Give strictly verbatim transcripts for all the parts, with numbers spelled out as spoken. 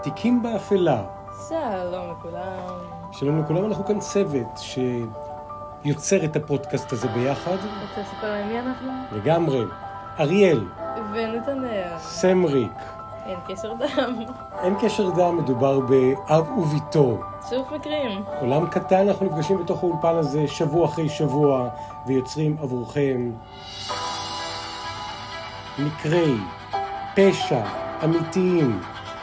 תיקים באפלה. שלום לכולם. שלום לכולם, אנחנו כאן צוות שיוצר את הפודקאסט הזה ביחד. רוצה לספר למי אנחנו? לגמרי. אריאל. ונתנאל. סמריק. אין קשר דם. אין קשר דם, מדובר באב וביתו. שוב מקרים. עולם קטן, אנחנו נפגשים בתוך האולפן הזה שבוע אחרי שבוע, ויוצרים עבורכם מקרי פשע אמיתיים.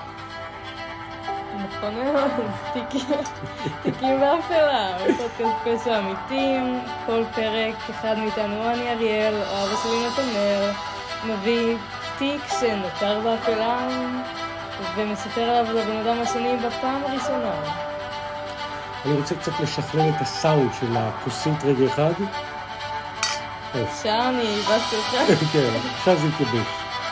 נכון מאוד, תיקים באפלה, פודקאסט פשע אמיתיים. כל פרק אחד מאיתנו, אני אריאל, או אבא שלי נתנאל, מביא תיק שנותר באפלה ומספר עליו לבן אדם השני בפעם הראשונה. אני רוצה קצת לשכלל את הסאונד של הכוסית רגע אחד. שם אני הבאתי אותך. כן, עכשיו זה יתייבש.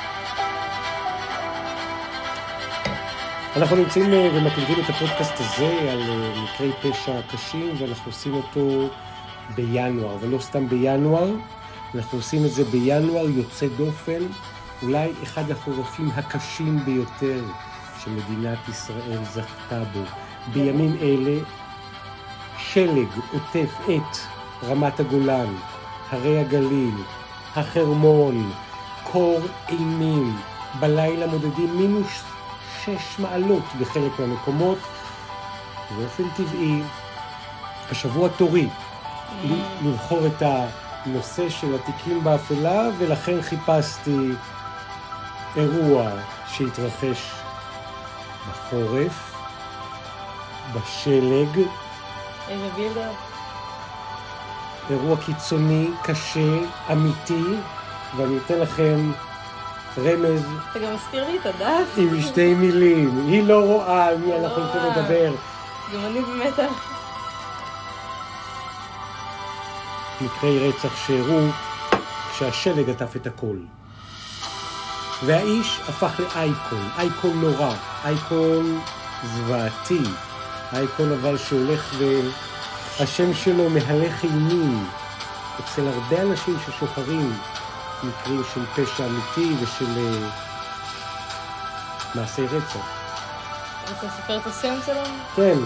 אנחנו נמצאים ומקליטים את הפודקאסט הזה על מקרי פשע קשים, ואנחנו עושים אותו בינואר, אבל לא סתם בינואר, אנחנו עושים את זה בינואר יוצא דופן, אולי אחד החורפים הקשים ביותר שמדינת ישראל זכתה בו. בימים אלה שלג עוטף את רמת הגולן, הרי הגליל, החרמון, קור אימים, בלילה מודדים מינוס שש מעלות בחלק מהמקומות. באופן טבעי, השבוע תורי לבחור את הנושא של התיקים באפלה, ולכן חיפשתי אירוע שהתרחש בחורף, בשלג. איזה בילדר. אירוע קיצוני, קשה, אמיתי, ואני אתן לכם רמז. אתה גם מזכיר לי את הדף. עם שתי מילים. היא לא רואה על מי אנחנו הולכים לדבר. גם אני במתח. מקרי רצח שאירעו כשהשלג עטף את הכל. והאיש הפך לאייקון, אייקון נורא, אייקון זוועתי, אייקון אבל שהולך והשם שלו מהלך אימים אצל הרבה אנשים ששוחרים מקרים של פשע אמיתי ושל uh, מעשי רצח. אתה ספר את השם שלו? כן.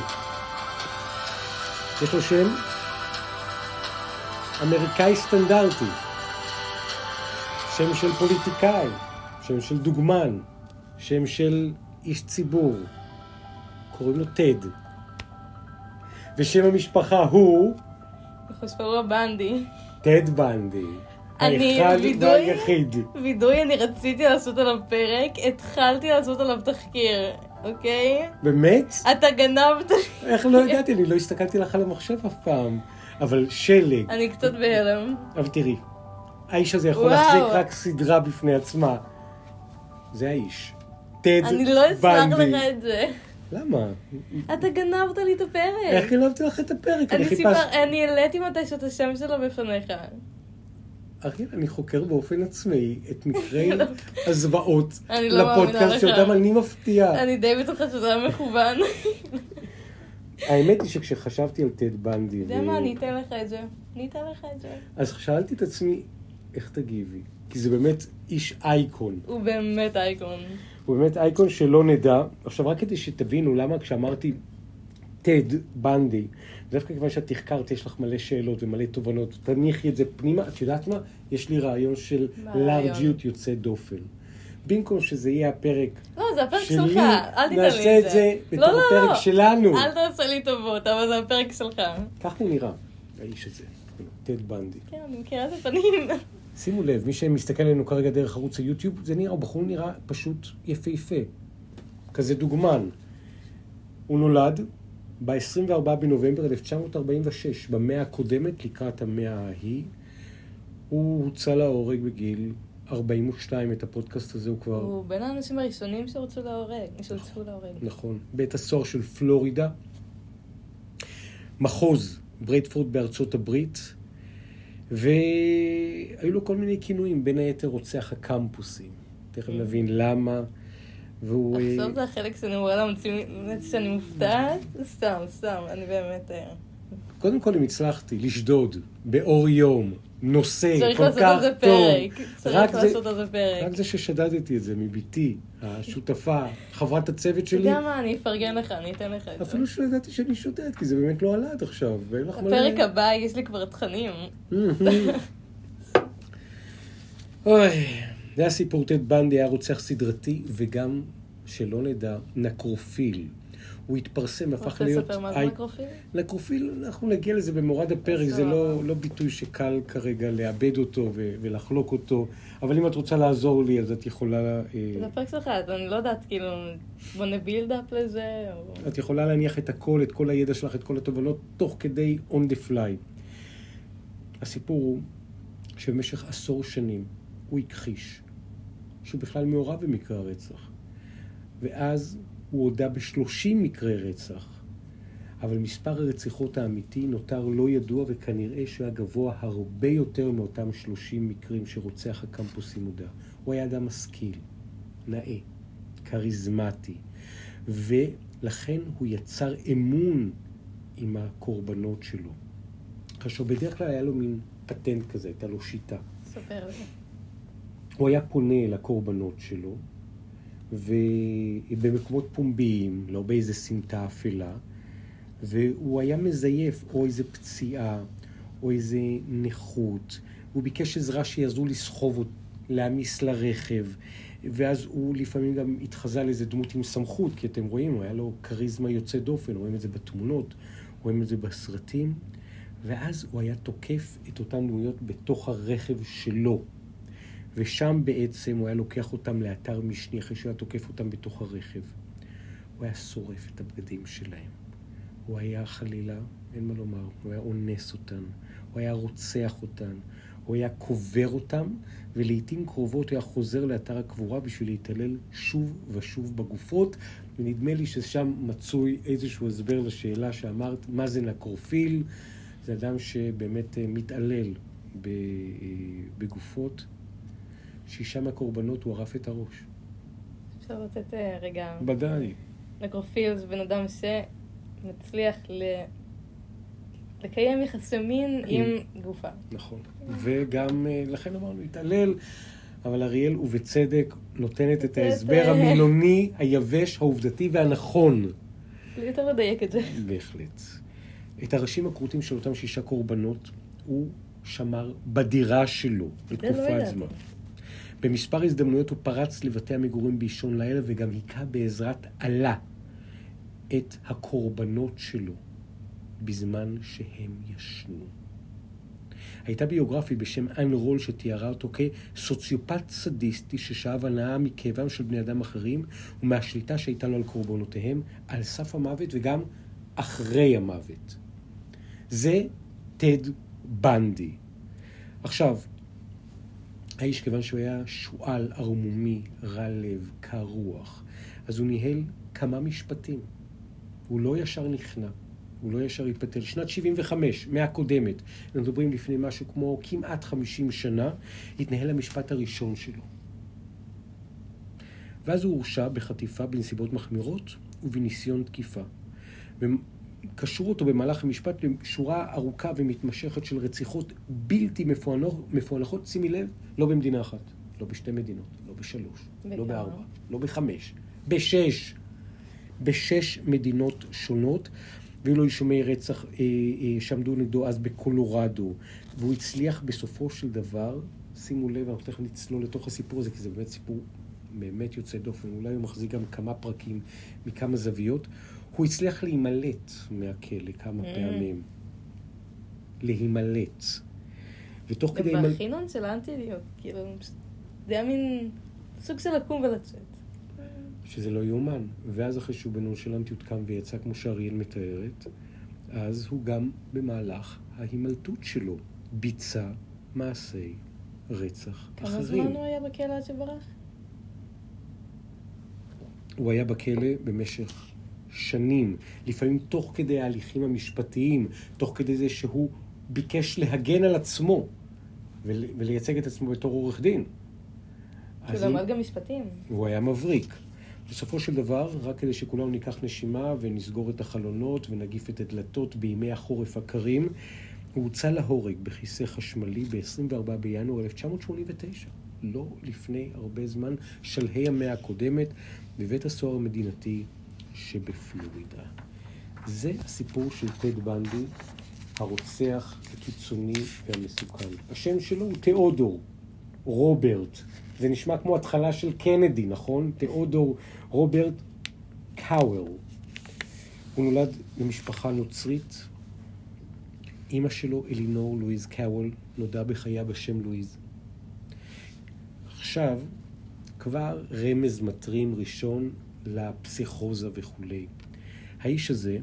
יש לו שם אמריקאי סטנדרטי. שם של פוליטיקאי. שם של דוגמן. שם של איש ציבור. קוראים לו טד. ושם המשפחה הוא... חושפרו בנדי. טד בנדי. אני וידוי, והיחיד. וידוי, אני רציתי לעשות עליו פרק, התחלתי לעשות עליו תחקיר, אוקיי? באמת? אתה גנבת. איך לא ידעתי? אני לא הסתכלתי לך על המחשב אף פעם. אבל שלג. אני קצת בהלם. אבל תראי, האיש הזה יכול להחזיק רק סדרה בפני עצמה. זה האיש. טד בנדי. אני לא אסלח לך את זה. למה? אתה גנבת לי את הפרק. איך גנבתי לך את הפרק? אני סיפר, אני העליתי מתישהו את השם שלו בפניך. אריאל, אני חוקר באופן עצמי את מקרי הזוועות לא לפודקאסט שאותם אני מפתיע. אני די בטוחה שזה היה מכוון. האמת היא שכשחשבתי על טד בנדי... אתה יודע מה, אני אתן לך את זה. אני אתן לך את זה. אז שאלתי את עצמי, איך תגיבי? כי זה באמת איש אייקון. הוא באמת אייקון. הוא באמת אייקון שלא נדע. עכשיו, רק כדי שתבינו למה כשאמרתי טד בנדי, דווקא כיוון שאת תחקרת, יש לך מלא שאלות ומלא תובנות. תניחי את זה פנימה. את יודעת מה? יש לי רעיון של לארג'יות יוצא דופן. במקום שזה יהיה הפרק לא, זה הפרק שלי, שלך. אל תיתן לי את זה. נעשה את זה בתור לא, לא, הפרק לא. שלנו. אל תעשה לי טובות, אבל זה הפרק שלך. כך הוא נראה, האיש הזה. טד בנדי. כן, אני מכירה את הפנים. שימו לב, מי שמסתכל עלינו כרגע דרך ערוץ היוטיוב, זה נראה, הבחור נראה פשוט יפהפה. כזה דוגמן. הוא נולד ב-עשרים וארבעה בנובמבר אלף תשע מאות ארבעים ושש, במאה הקודמת, לקראת המאה ההיא. הוא הוצא להורג בגיל ארבעים ושתיים, את הפודקאסט הזה הוא כבר... הוא בין האנשים הראשונים שרצו להורג, שרצו להורג. נכון, בית הסוהר של פלורידה. מחוז ברייטפורד בארצות הברית. והיו לו כל מיני כינויים, בין היתר רוצח הקמפוסים. תכף נבין למה. והוא... עכשיו זה החלק שאני רואה להמציא, באמת שאני מופתעת. סתם, סתם, אני באמת... קודם כל, אם הצלחתי לשדוד באור יום, נושא כל כך טוב. צריך לעשות על זה פרק. צריך לעשות על זה פרק. רק זה ששדדתי את זה מביתי, השותפה, חברת הצוות שלי. אתה יודע מה, אני אפרגן לך, אני אתן לך את זה. אפילו שלא ידעתי שאני שודד, כי זה באמת לא עלה עד עכשיו. הפרק הבא, יש לי כבר תכנים. אוי, זה הסיפור. טד בנדי היה רוצח סדרתי, וגם, שלא נדע, נקרופיל. הוא התפרסם, הפך להיות... רוצה לספר מה זה נקרופיל? נקרופיל, אנחנו נגיע לזה במורד הפרק, זה לא, לא ביטוי שקל כרגע לאבד אותו ו- ולחלוק אותו, אבל אם את רוצה לעזור לי, אז את יכולה... זה הפרק שלך, אני לא יודעת, כאילו, בוא נבילד-אפ לזה, או... את יכולה להניח את הכל, את כל הידע שלך, את כל התובנות, תוך כדי on the fly. הסיפור הוא שבמשך עשור שנים הוא הכחיש, שהוא בכלל מעורב במקרה הרצח. ואז הוא הודע בשלושים מקרי רצח, אבל מספר הרציחות האמיתי נותר לא ידוע, וכנראה שהוא היה גבוה הרבה יותר מאותם שלושים מקרים שרוצח הקמפוסים הודע. הוא היה אדם משכיל, נאה, כריזמטי, ולכן הוא יצר אמון עם הקורבנות שלו. עכשיו, בדרך כלל היה לו מין פטנט כזה, הייתה לו שיטה. ספר לי. הוא היה פונה לקורבנות שלו, ובמקומות פומביים, לא באיזה סמטה אפלה, והוא היה מזייף או איזה פציעה, או איזה נכות. הוא ביקש עזרה שיעזרו לסחוב, להמיס לרכב, ואז הוא לפעמים גם התחזה לאיזה דמות עם סמכות, כי אתם רואים, הוא היה לו קריזמה יוצא דופן, רואים את זה בתמונות, רואים את זה בסרטים, ואז הוא היה תוקף את אותן דמויות בתוך הרכב שלו. ושם בעצם הוא היה לוקח אותם לאתר משני, אחרי שהוא היה תוקף אותם בתוך הרכב. הוא היה שורף את הבגדים שלהם. הוא היה חלילה, אין מה לומר, הוא היה אונס אותן. הוא היה רוצח אותן. הוא היה קובר אותם, ולעיתים קרובות הוא היה חוזר לאתר הקבורה בשביל להתעלל שוב ושוב בגופות. ונדמה לי ששם מצוי איזשהו הסבר לשאלה שאמרת, מה זה נקרופיל? זה אדם שבאמת מתעלל בגופות. שישה מהקורבנות הוא ערף את הראש. אפשר לתת רגע... בוודאי. נקרופיל זה בן אדם שמצליח ל... לקיים יחסי מין עם גופה. נכון. וגם, לכן אמרנו, התעלל, אבל אריאל, ובצדק, נותנת את ההסבר המילוני, היבש, העובדתי והנכון. יותר לדייק את זה. בהחלט. את הראשים הקרוטים של אותם שישה קורבנות, הוא שמר בדירה שלו, לתקופת זמן. במספר הזדמנויות הוא פרץ לבתי המגורים באישון לילה, וגם היכה בעזרת עלה את הקורבנות שלו בזמן שהם ישנו. הייתה ביוגרפית בשם אן רול שתיארה אותו כסוציופט סדיסטי ששאב הנאה מכאבם של בני אדם אחרים ומהשליטה שהייתה לו על קורבנותיהם על סף המוות וגם אחרי המוות. זה טד בנדי. עכשיו, האיש, כיוון שהוא היה שועל, ערמומי, רע לב, קר רוח, אז הוא ניהל כמה משפטים. הוא לא ישר נכנע, הוא לא ישר התפטר. שנת שבעים וחמש, מאה קודמת, אנחנו מדברים לפני משהו כמו כמעט חמישים שנה, התנהל המשפט הראשון שלו. ואז הוא הורשע בחטיפה בנסיבות מחמירות ובניסיון תקיפה. קשרו אותו במהלך המשפט לשורה ארוכה ומתמשכת של רציחות בלתי מפוענחות, שימי לב, לא במדינה אחת, לא בשתי מדינות, לא בשלוש, לא בארבע, לא בחמש, בשש. בשש מדינות שונות, והיו לו אישומי רצח אה, אה, שעמדו נגדו אז בקולורדו, והוא הצליח בסופו של דבר, שימו לב, אנחנו תכף נצלול לתוך הסיפור הזה, כי זה באמת סיפור באמת יוצא דופן, אולי הוא מחזיק גם כמה פרקים מכמה זוויות, הוא הצליח להימלט מהכלא כמה mm. פעמים. להימלט. ותוך כדי... גם בחינון של האנטי-אידיוט, כאילו, זה היה מין סוג של לקום ולצאת. שזה לא יאומן. ואז אחרי שהוא בנונשלנטיות קם ויצא, כמו שאריאל מתארת, אז הוא גם במהלך ההימלטות שלו ביצע מעשי רצח כמה אחרים. כמה זמן הוא היה בכלא עד שברח? הוא היה בכלא במשך שנים, לפעמים תוך כדי ההליכים המשפטיים, תוך כדי זה שהוא ביקש להגן על עצמו ולייצג את עצמו בתור עורך דין. הוא למד גם משפטים. הוא היה מבריק. בסופו של דבר, רק כדי שכולנו ניקח נשימה ונסגור את החלונות ונגיף את הדלתות בימי החורף הקרים, הוא הוצא להורג בכיסא חשמלי ב-עשרים וארבעה בינואר אלף תשע מאות שמונים ותשע. לא לפני הרבה זמן, שלהי המאה הקודמת, בבית הסוהר המדינתי שבפלורידה. זה הסיפור של טד בנדי, הרוצח הקיצוני והמסוכן. השם שלו הוא תיאודור רוברט. זה נשמע כמו התחלה של קנדי, נכון? תיאודור רוברט קאוול. הוא נולד למשפחה נוצרית. אמא שלו, אלינור לואיז קאוול, נודעה בחייה בשם לואיז. עכשיו, כבר רמז מטרים ראשון לפסיכוזה וכו'. האיש הזה,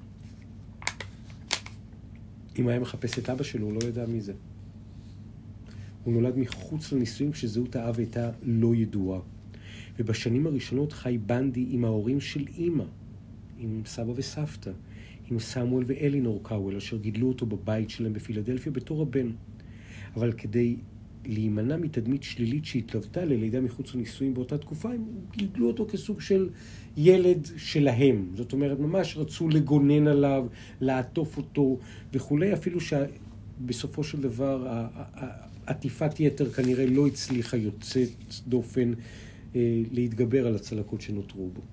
אם היה מחפש את אבא שלו, הוא לא ידע מי זה. הוא נולד מחוץ לנישואים כשזהות האב הייתה לא ידועה. ובשנים הראשונות חי בנדי עם ההורים של אמא, עם סבא וסבתא, עם סמואל ואלינור קאוול, אשר גידלו אותו בבית שלהם בפילדלפיה בתור הבן. אבל כדי להימנע מתדמית שלילית שהתלוותה ללידה מחוץ לנישואים באותה תקופה, הם גידלו אותו כסוג של ילד שלהם. זאת אומרת, ממש רצו לגונן עליו, לעטוף אותו וכו', אפילו שבסופו של דבר עטיפת יתר כנראה לא הצליחה יוצאת דופן אה, להתגבר על הצלקות שנותרו בו.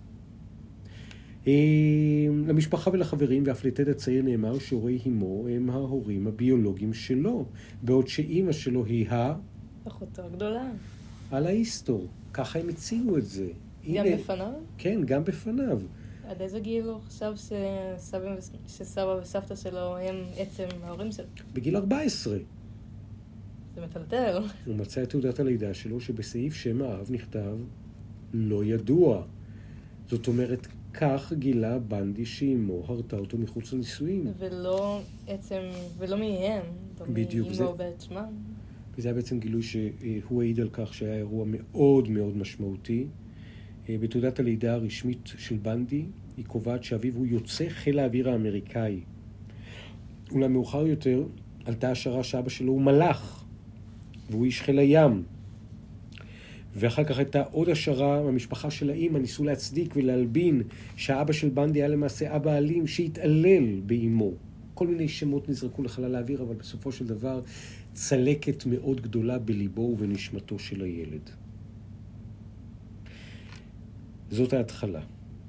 אה, למשפחה ולחברים ואף לטד הצעיר נאמר שהורי אמו הם ההורים הביולוגיים שלו, בעוד שאימא שלו היא ה... אחותו הגדולה. על ההיסטור. ככה הם הציגו את זה. גם הנה, בפניו? כן, גם בפניו. עד איזה גיל הוא חשב שסבא, שסבא וסבתא שלו הם עצם ההורים שלו? בגיל ארבע עשרה. זה מטלטל. הוא מצא את תעודת הלידה שלו שבסעיף שם האב נכתב לא ידוע. זאת אומרת, כך גילה בנדי שאימו הרתה אותו מחוץ לנישואים. ולא עצם, ולא מהם. בדיוק. מאימו בעצמם. וזה היה בעצם גילוי שהוא העיד על כך שהיה אירוע מאוד מאוד משמעותי. בתעודת הלידה הרשמית של בנדי, היא קובעת שאביו הוא יוצא חיל האוויר האמריקאי. אולם מאוחר יותר עלתה השערה שאבא שלו הוא מלאך, והוא איש חיל הים. ואחר כך הייתה עוד השערה, המשפחה של האמא ניסו להצדיק ולהלבין שהאבא של בנדי היה למעשה אבא אלים שהתעלל באמו. כל מיני שמות נזרקו לחלל האוויר, אבל בסופו של דבר צלקת מאוד גדולה בליבו ובנשמתו של הילד. זאת ההתחלה.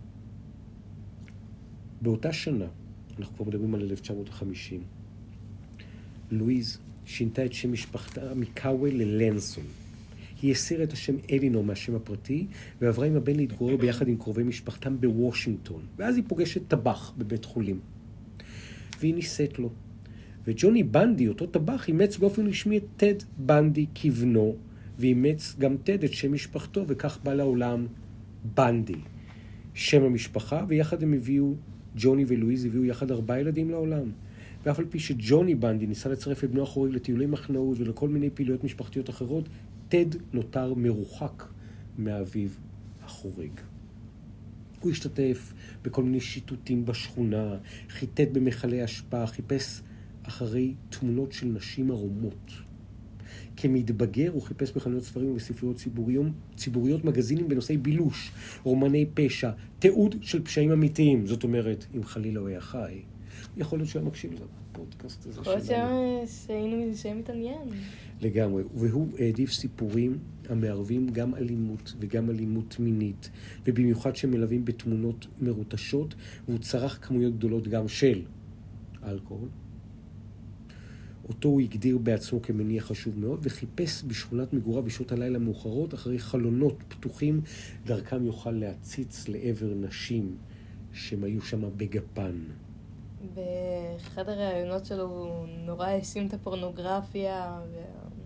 באותה שנה, אנחנו כבר מדברים על אלף תשע מאות וחמישים, לואיז שינתה את שם משפחתה מקאוול ללנסון. היא הסירה את השם אלינור מהשם הפרטי, ועברה עם הבן להתגורר ביחד עם קרובי משפחתם בוושינגטון. ואז היא פוגשת טבח בבית חולים. והיא ניסית לו. וג'וני בנדי, אותו טבח, אימץ באופן רשמי את טד בנדי כבנו, ואימץ גם טד את שם משפחתו, וכך בא לעולם בנדי. שם המשפחה, ויחד הם הביאו, ג'וני ולואיז הביאו יחד ארבעה ילדים לעולם. ואף על פי שג'וני בנדי ניסה לצרף את בנו החורג לטיולי מחנאות ולכל מיני פעילויות משפחתיות אחרות, טד נותר מרוחק מאביו החורג. הוא השתתף בכל מיני שיטוטים בשכונה, חיטט במחלי אשפה, חיפש אחרי תמונות של נשים ערומות. כמתבגר הוא חיפש בחנויות ספרים ובספריות ציבוריות, ציבוריות מגזינים בנושאי בילוש, רומני פשע, תיעוד של פשעים אמיתיים. זאת אומרת, אם חלילה הוא היה חי, יכול להיות שהוא מקשיב לפודקאסט הזה שלנו. יכול להיות שהיינו שמתעניין. לגמרי, והוא העדיף סיפורים המערבים גם אלימות וגם אלימות מינית, ובמיוחד שמלווים בתמונות מרוטשות, והוא צרך כמויות גדולות גם של אלכוהול. אותו הוא הגדיר בעצמו כמניע חשוב מאוד, וחיפש בשכונת מגוריו בשעות הלילה מאוחרות, אחרי חלונות פתוחים, דרכם יוכל להציץ לעבר נשים שהם היו שם בגפן. באחד הראיונות שלו הוא נורא האשים את הפורנוגרפיה ו...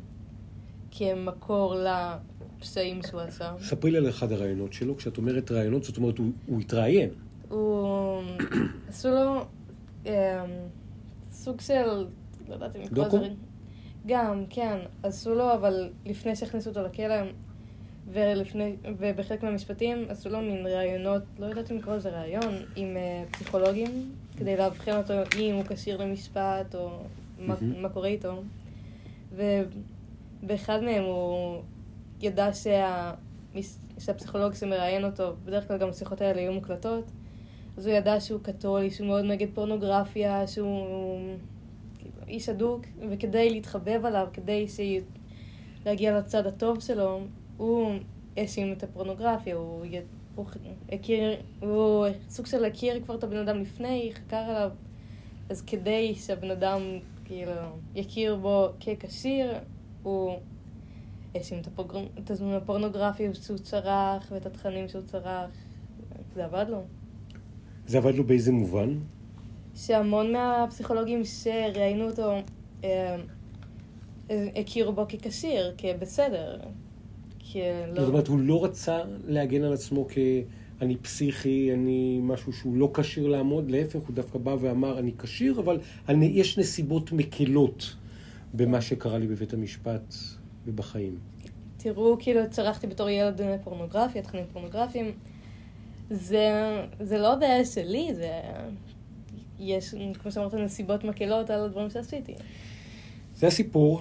כמקור לפשעים שהוא עשה. ספרי לי על אחד הראיונות שלו. כשאת אומרת ראיונות, זאת אומרת, הוא, הוא התראיין. הוא... עשו לו אה, סוג של... לא יודעת אם לקרוא דוקו? זה... גם, כן. עשו לו, אבל לפני שהכניסו אותו לכלא, ולפני, ובחלק מהמשפטים עשו לו מין ראיונות, לא יודעת אם לקרוא זה ראיון, עם uh, פסיכולוגים, כדי להבחין אותו אם הוא כשיר למשפט, או מה, מה קורה איתו. ובאחד מהם הוא ידע שהפסיכולוג שמראיין אותו, בדרך כלל גם השיחות האלה היו מוקלטות, אז הוא ידע שהוא קתולי, שהוא מאוד נגד פורנוגרפיה, שהוא איש אדוק, וכדי להתחבב עליו, כדי להגיע לצד הטוב שלו, הוא האשים את הפורנוגרפיה, הוא, הוא, הכיר, הוא סוג של הכיר כבר את הבן אדם לפני, חקר עליו, אז כדי שהבן אדם כאילו יכיר בו כקשיר, הוא האשים את הפורנוגרפיה שהוא צרח ואת התכנים שהוא צרח. זה עבד לו. זה עבד לו באיזה מובן? שהמון מהפסיכולוגים שראיינו אותו אה, הכירו בו כקשיר, כבסדר. זאת אומרת, הוא לא רצה להגן על עצמו כאני פסיכי, אני משהו שהוא לא קשיר לעמוד, להפך, הוא דווקא בא ואמר, אני קשיר, אבל אני, יש נסיבות מקלות במה שקרה לי בבית המשפט ובחיים. תראו, כאילו, צרחתי בתור ילד פורנוגרפיה, תכנים פורנוגרפיים. זה, זה לא הבעיה שלי, זה... יש, כמו שאמרת, נסיבות מקלות על הדברים שעשיתי. זה הסיפור.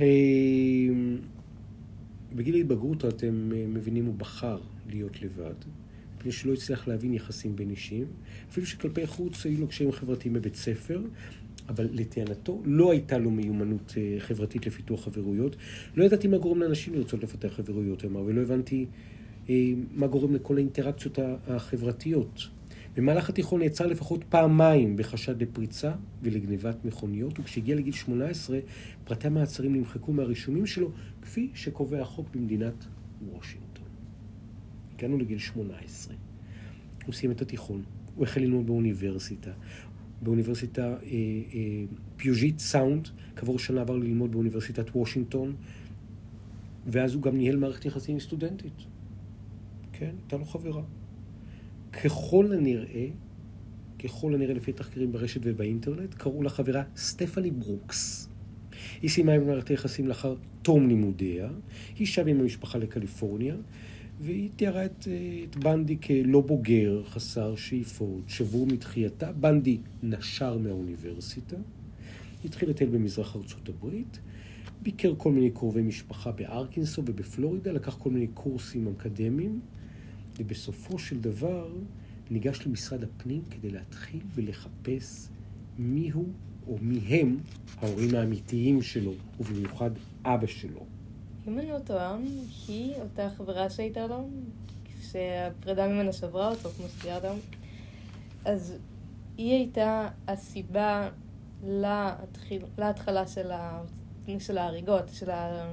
בגיל ההתבגרות אתם מבינים הוא בחר להיות לבד, מפני שלא הצליח להבין יחסים בין אישים, אפילו שכלפי חוץ היו לו קשיים חברתיים בבית ספר, אבל לטענתו לא הייתה לו מיומנות חברתית לפיתוח חברויות. לא ידעתי מה גורם לאנשים לרצות לפתח חברויות, אמר, ולא הבנתי מה גורם לכל האינטראקציות החברתיות. במהלך התיכון נעצר לפחות פעמיים בחשד לפריצה ולגניבת מכוניות, וכשהגיע לגיל שמונה עשרה, פרטי המעצרים נמחקו מהרישומים שלו, כפי שקובע החוק במדינת וושינגטון. הגענו לגיל שמונה עשרה. הוא סיים את התיכון, הוא החל ללמוד באוניברסיטה. באוניברסיטה אה, אה, פיוג'יט סאונד, כעבור שנה עבר ללמוד באוניברסיטת וושינגטון, ואז הוא גם ניהל מערכת יחסים עם סטודנטית. כן, הייתה לו חברה. ככל הנראה, ככל הנראה לפי תחקירים ברשת ובאינטרנט, קראו לה חברה סטפני ברוקס. היא סיימה עם מערכת היחסים לאחר תום לימודיה, היא שבה עם המשפחה לקליפורניה, והיא תיארה את, את בנדי כלא בוגר, חסר שאיפות, שבור מתחייתה. בנדי נשר מהאוניברסיטה, התחיל לטייל במזרח ארצות הברית, ביקר כל מיני קרובי משפחה בארקינסו ובפלורידה, לקח כל מיני קורסים אקדמיים, ובסופו של דבר ניגש למשרד הפנים כדי להתחיל ולחפש מיהו או מיהם ההורים האמיתיים שלו, ובמיוחד אבא שלו. אם אני לא טועה, היא אותה חברה שהייתה לו, שהפרידה ממנה שברה אותו, כמו שתיארת, אז היא הייתה הסיבה להתחיל, להתחלה של, ה, של ההריגות, של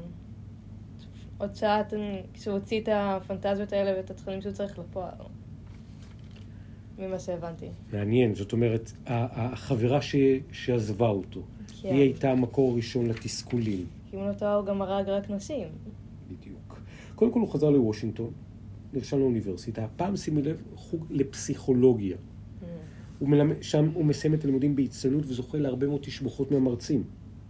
ההוצאת, כשהוא הוציא את הפנטזיות האלה ואת התכנים שהוא צריך לפועל. ממה שהבנתי. מעניין, זאת אומרת, החברה ש, שעזבה אותו, כן. היא הייתה המקור הראשון לתסכולים. כי אם לא טועה, הוא גם הרג רק נשים. בדיוק. קודם כל הוא חזר לוושינגטון, נרשם לאוניברסיטה, הפעם שימו לב, חוג לפסיכולוגיה. Mm. הוא מלמד, שם הוא מסיים את הלימודים בהצטיינות וזוכה להרבה מאוד תשבחות מהמרצים.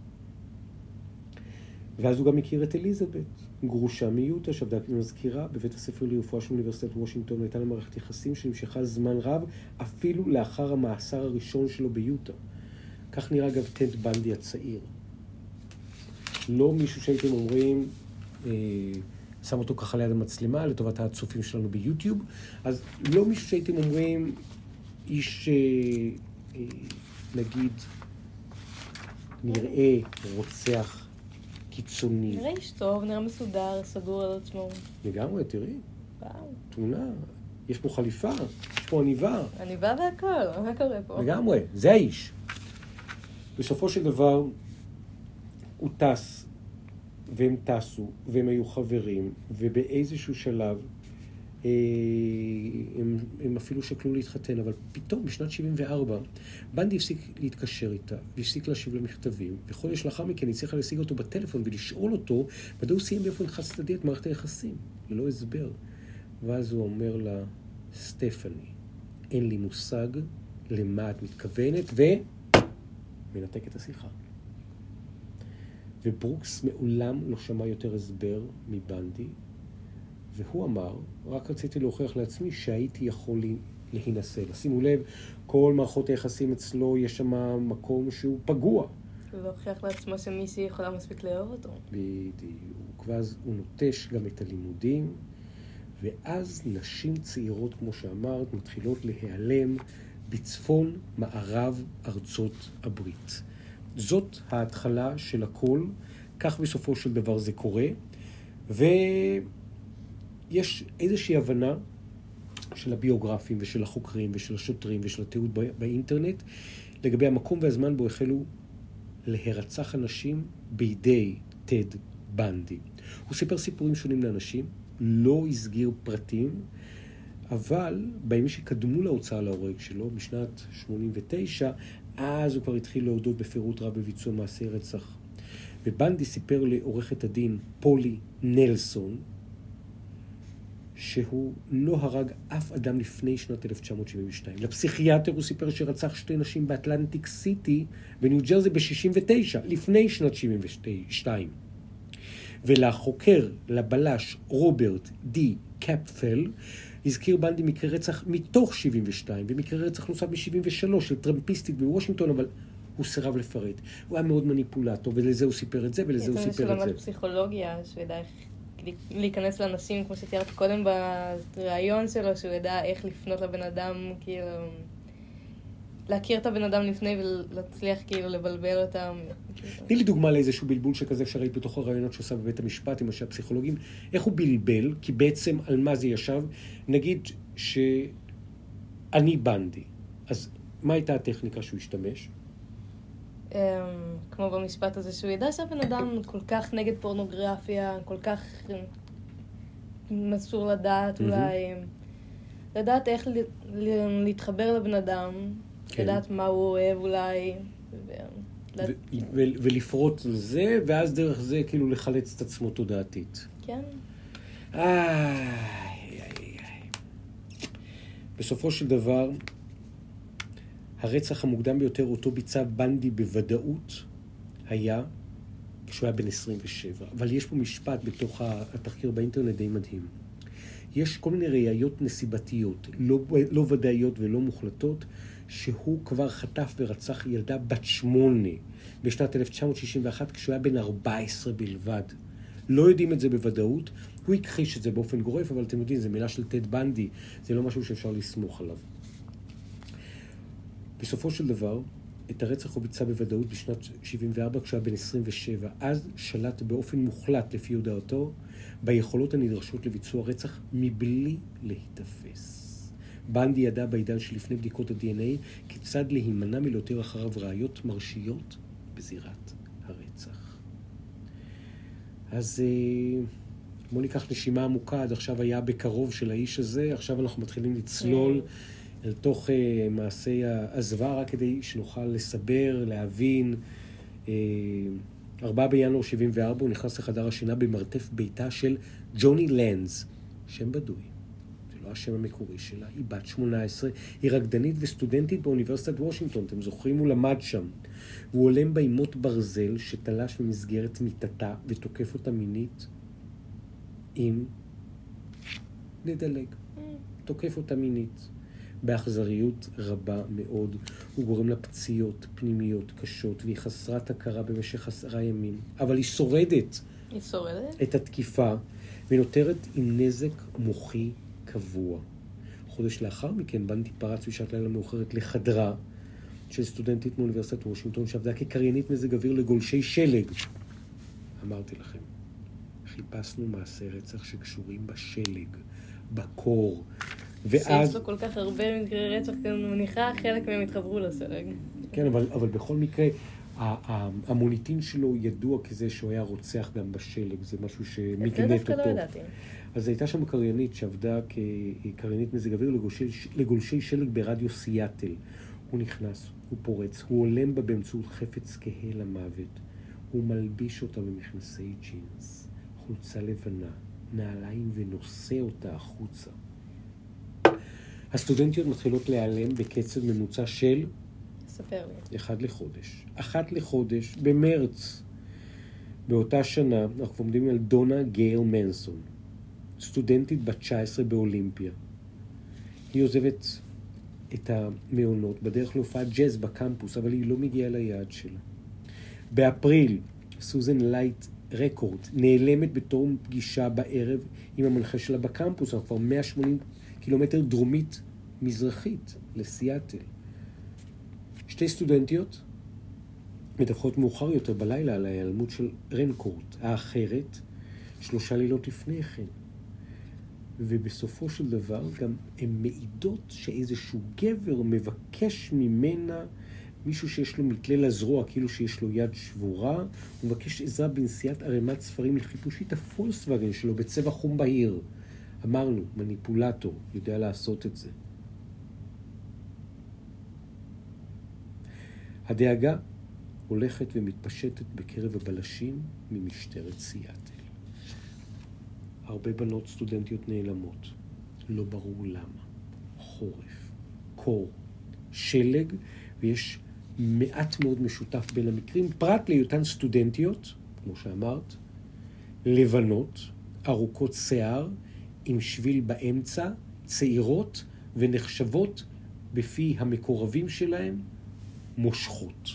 ואז הוא גם הכיר את אליזבת, גרושה מיוטה, שעבדה כמזכירה בבית הספר לרפואה של אוניברסיטת וושינגטון, והייתה לה מערכת יחסים שנמשכה זמן רב, אפילו לאחר המאסר הראשון שלו ביוטה. כך נראה אגב טד בנדי הצעיר. לא מישהו שהייתם אומרים, אה, שם אותו ככה ליד המצלמה, לטובת הצופים שלנו ביוטיוב, אז לא מישהו שהייתם אומרים, איש, אה, אה, נגיד, נראה רוצח קיצוני. נראה איש טוב, נראה מסודר, סגור על עצמו. לגמרי, תראי. וואו. תמונה, יש פה חליפה, יש פה עניבה. עניבה והכל, מה קורה פה? לגמרי, זה האיש. בסופו של דבר, הוא טס, והם טסו, והם היו חברים, ובאיזשהו שלב אה, הם, הם אפילו שקלו להתחתן, אבל פתאום בשנת שבעים וארבע, בנדי הפסיק להתקשר איתה, והפסיק להשיב למכתבים, וחודש לאחר מכן הצליחה להשיג אותו בטלפון ולשאול אותו, מדוע הוא סיים באופן חד צדדי את מערכת היחסים, ללא הסבר. ואז הוא אומר לה, סטפני, אין לי מושג למה את מתכוונת, ומנתק את השיחה. וברוקס מעולם לא שמע יותר הסבר מבנדי, והוא אמר, רק רציתי להוכיח לעצמי שהייתי יכול להינשא. שימו לב, כל מערכות היחסים אצלו יש שם מקום שהוא פגוע. להוכיח לעצמו שמישהי יכולה מספיק לאהוב אותו. בדיוק. ואז הוא נוטש גם את הלימודים, ואז נשים צעירות, כמו שאמרת, מתחילות להיעלם בצפון מערב ארצות הברית. זאת ההתחלה של הכל, כך בסופו של דבר זה קורה, ויש איזושהי הבנה של הביוגרפים ושל החוקרים ושל השוטרים ושל התיעוד באינטרנט, לגבי המקום והזמן בו החלו להירצח אנשים בידי טד בנדי. הוא סיפר סיפורים שונים לאנשים, לא הסגיר פרטים, אבל בימים שקדמו להוצאה להורג שלו, בשנת שמונים ותשע, אז הוא כבר התחיל להודות בפירוט רב בביצוע מעשי רצח. ובנדי סיפר לעורכת הדין פולי נלסון, שהוא לא הרג אף אדם לפני שנת אלף תשע מאות שבעים ושתיים. לפסיכיאטר הוא סיפר שרצח שתי נשים באטלנטיק סיטי, בניו ג'רזי ב-שישים ותשע, לפני שנת שבעים ושתיים. ולחוקר, לבלש רוברט די קפפל, הזכיר בנדי מקרה רצח מתוך שבעים ושתיים, ומקרה רצח נוסף מ-שבעים ושלוש של טרמפיסטית בוושינגטון, אבל הוא סירב לפרט. הוא היה מאוד מניפולטור, ולזה הוא סיפר את זה, ולזה הוא סיפר את זה. בעצם שלמד פסיכולוגיה, שהוא ידע איך להיכנס לאנשים, כמו שתיארת קודם ברעיון שלו, שהוא ידע איך לפנות לבן אדם, כאילו, להכיר את הבן אדם לפני ולהצליח כאילו לבלבל אותם. תני לי דוגמה לאיזשהו בלבול שכזה שראית בתוך הרעיונות שעושה בבית המשפט עם אנשי הפסיכולוגים. איך הוא בלבל? כי בעצם על מה זה ישב? נגיד שאני בנדי. אז מה הייתה הטכניקה שהוא השתמש? כמו במשפט הזה, שהוא ידע שהבן אדם כל כך נגד פורנוגרפיה, כל כך מסור לדעת אולי, לדעת איך להתחבר לבן אדם, לדעת מה הוא אוהב אולי, ולפרוט לזה, ואז דרך זה כאילו לחלץ את עצמו תודעתית. כן. בסופו של דבר, הרצח המוקדם ביותר אותו ביצע בנדי בוודאות היה כשהוא היה בן עשרים ושבע. אבל יש פה משפט בתוך התחקיר באינטרנט די מדהים. יש כל מיני ראיות נסיבתיות, לא, לא ודאיות ולא מוחלטות, שהוא כבר חטף ורצח ילדה בת שמונה בשנת אלף תשע מאות שישים ואחת כשהוא היה בן ארבע עשרה בלבד. לא יודעים את זה בוודאות, הוא הכחיש את זה באופן גורף, אבל אתם יודעים, זו מילה של טד בנדי, זה לא משהו שאפשר לסמוך עליו. בסופו של דבר, את הרצח הוא ביצע בוודאות בשנת שבעים וארבע כשהוא היה בן עשרים ושבע. אז שלט באופן מוחלט לפי הודעתו ביכולות הנדרשות לביצוע רצח מבלי להתאפס. בנדי ידע בעידן שלפני בדיקות ה-די אן איי כיצד להימנע מלהותיר אחריו ראיות מרשיות בזירת הרצח. אז בואו ניקח נשימה עמוקה, עד עכשיו היה בקרוב של האיש הזה, עכשיו אנחנו מתחילים לצלול אל תוך uh, מעשי הזוועה, רק כדי שנוכל לסבר, להבין. Uh, ארבעה בינואר שבעים וארבע הוא נכנס לחדר השינה במרתף ביתה של ג'וני לנדס, שם בדוי. זה לא השם המקורי שלה, היא בת שמונה עשרה, היא רקדנית וסטודנטית באוניברסיטת וושינגטון, אתם זוכרים? הוא למד שם. הוא עולם באימות ברזל שתלש במסגרת מיטתה ותוקף אותה מינית עם נדלג. תוקף אותה מינית. באכזריות רבה מאוד. הוא גורם לה פציעות פנימיות קשות, והיא חסרת הכרה במשך עשרה ימים. אבל היא שורדת. היא שורדת? את התקיפה, ונותרת עם נזק מוחי קבוע. חודש לאחר מכן, בנדי פרץ בשעת לילה מאוחרת לחדרה של סטודנטית מאוניברסיטת וושינגטון, שעבדה כקריינית מזג אוויר לגולשי שלג. אמרתי לכם, חיפשנו מעשי רצח שקשורים בשלג, בקור. ואז... שיש לו כל כך הרבה מקרי רצח, אני מניחה, חלק מהם התחברו לסלג. כן, אבל, אבל בכל מקרה, המוניטין שלו ידוע כזה שהוא היה רוצח גם בשלג, זה משהו שמגנט אותו. זה דווקא לא ידעתי. אז הייתה שם קריינית שעבדה כקריינית מזג אוויר לגולשי, לגולשי שלג ברדיו סיאטל. הוא נכנס, הוא פורץ, הוא עולם בה באמצעות חפץ כהה למוות. הוא מלביש אותה במכנסי ג'ינס, חולצה לבנה, נעליים ונושא אותה החוצה. הסטודנטיות מתחילות להיעלם בקצב ממוצע של... ספר לי. אחד לחודש. אחת לחודש, במרץ. באותה שנה, אנחנו עומדים על דונה גייל מנסון, סטודנטית בת תשע עשרה באולימפיה. היא עוזבת את המעונות בדרך להופעת ג'אז בקמפוס, אבל היא לא מגיעה ליעד שלה. באפריל, סוזן לייט רקורד, נעלמת בתור פגישה בערב עם המנחה שלה בקמפוס, אנחנו כבר מאה ושמונים קילומטר דרומית מזרחית לסיאטל. שתי סטודנטיות מדווחות מאוחר יותר בלילה על ההיעלמות של רנקורט, האחרת, שלושה לילות לפני כן. ובסופו של דבר גם הן מעידות שאיזשהו גבר מבקש ממנה, מישהו שיש לו מתלה לזרוע, כאילו שיש לו יד שבורה, הוא מבקש עזרה בנסיעת ערימת ספרים לחיפושית הפולקסווגן שלו בצבע חום בהיר. אמרנו, מניפולטור, יודע לעשות את זה. הדאגה הולכת ומתפשטת בקרב הבלשים ממשטרת סיאטל. הרבה בנות סטודנטיות נעלמות. לא ברור למה. חורף, קור, שלג, ויש מעט מאוד משותף בין המקרים, פרט להיותן סטודנטיות, כמו שאמרת, לבנות, ארוכות שיער, עם שביל באמצע, צעירות ונחשבות בפי המקורבים שלהם, מושכות.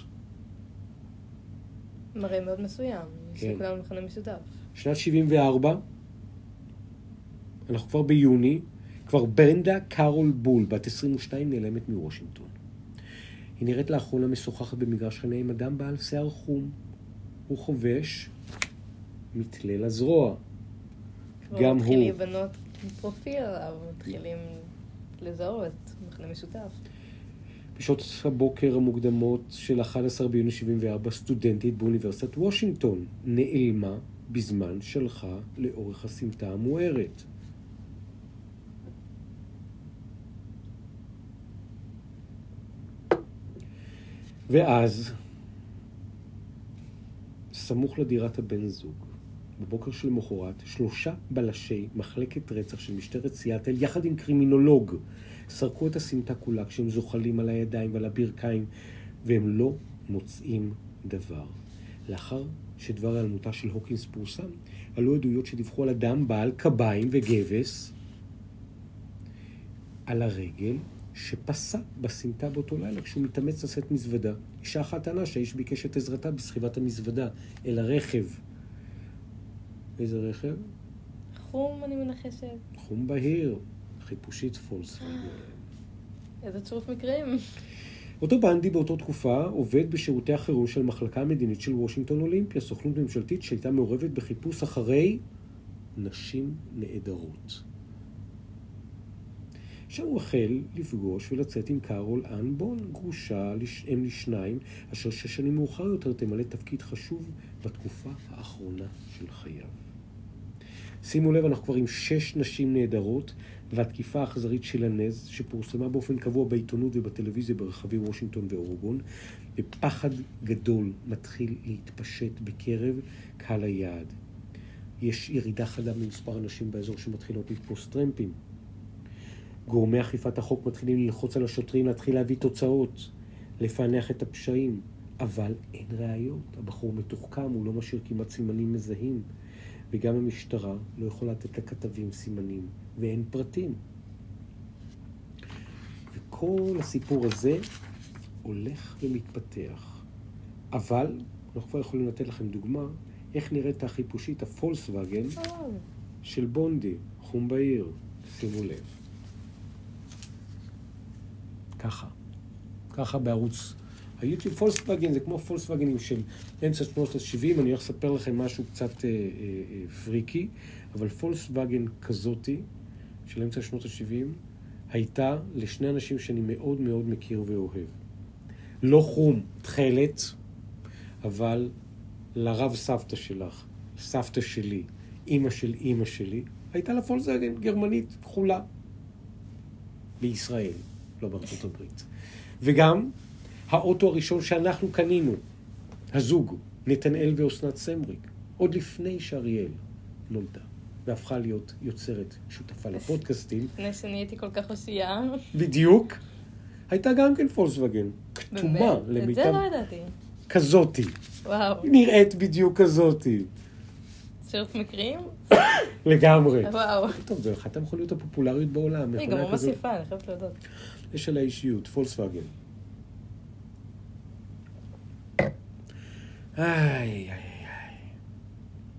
מראה מאוד מסוים, כן. שכולם מכנה משותף. שנת שבעים וארבע, אנחנו כבר ביוני, כבר ברנדה קארול בול, בת עשרים ושתיים, נעלמת מוושינגטון. היא נראית לאחרונה משוחחת במגרש חניה עם אדם בעל שיער חום. הוא חובש מתלה לזרוע. גם הוא. מתחילים לבנות פרופיל, אבל מתחילים לזהות, מכנה משותף. בשעות הבוקר המוקדמות של אחד עשר ביוני שבעים וארבע, סטודנטית באוניברסיטת וושינגטון נעלמה בזמן שלחה לאורך הסמטה המוארת. ואז, סמוך לדירת הבן זוג, בבוקר של מחרת, שלושה בלשי מחלקת רצח של משטרת סיאטל, יחד עם קרימינולוג, סרקו את הסמטה כולה כשהם זוחלים על הידיים ועל הברכיים, והם לא מוצאים דבר. לאחר שדבר העלמותה של הוקינס פורסם, עלו עדויות שדיווחו על אדם בעל קביים וגבס על הרגל, שפסע בסמטה באותו לילה כשהוא מתאמץ לשאת מזוודה. אישה אחת טענה שהאיש ביקש את עזרתה בסחיבת המזוודה אל הרכב. איזה רכב? חום, אני מנחשת. חום בהיר, חיפושית פולקסווגן. איזה צירוף מקרים. אותו בנדי באותו תקופה עובד בשירותי החירום של המחלקה המדינית של וושינגטון אולימפיה, סוכנות ממשלתית שהייתה מעורבת בחיפוש אחרי נשים נעדרות. שם הוא החל לפגוש ולצאת עם קארול אן בון, גרושה, אם לשניים, אשר שש שנים מאוחר יותר תמלא תפקיד חשוב בתקופה האחרונה של חייו. שימו לב, אנחנו כבר עם שש נשים נהדרות, והתקיפה האכזרית של הנז, שפורסמה באופן קבוע בעיתונות ובטלוויזיה ברחבי וושינגטון ואורגון, בפחד גדול מתחיל להתפשט בקרב קהל היעד. יש ירידה חדה במספר אנשים באזור שמתחילות לתפוס טרמפים. גורמי אכיפת החוק מתחילים ללחוץ על השוטרים להתחיל להביא תוצאות, לפענח את הפשעים, אבל אין ראיות. הבחור מתוחכם, הוא לא משאיר כמעט סימנים מזהים, וגם המשטרה לא יכולה לתת לכתבים סימנים, ואין פרטים. וכל הסיפור הזה הולך ומתפתח. אבל אנחנו כבר יכולים לתת לכם דוגמה איך נראית החיפושית הפולקסווגן של בונדי, חום בהיר. שימו לב. ככה. ככה בערוץ היוטיוב. פולקסווגן זה כמו פולקסווגנים של אמצע שנות ה-שבעים. אני הולך לספר לכם משהו קצת אה, אה, פריקי, אבל פולקסווגן כזאתי של אמצע שנות ה-שבעים הייתה לשני אנשים שאני מאוד מאוד מכיר ואוהב. לא חום, תחלת, אבל לרב סבתא שלך, סבתא שלי, אמא של אמא שלי, הייתה לה פולקסווגן גרמנית כחולה בישראל, לא בארצות הברית. וגם האוטו הראשון שאנחנו קנינו, הזוג, נתנאל ואוסנת סמריק, עוד לפני שאריאל נולדה, והפכה להיות יוצרת שותפה לפודקאסטים. לפני שאני הייתי כל כך עושייה. בדיוק. הייתה גם כן פולקסווגן, כתומה למיטב. את זה לא ידעתי. כזאתי. וואו. נראית בדיוק כזאתי. צירוף מקרים? לגמרי. וואו. טוב, זו אחת המכוניות הפופולריות בעולם. היא גם ממש יפה, אני חייבת להודות. יש על האישיות, פולקסווגן. איי, איי, איי.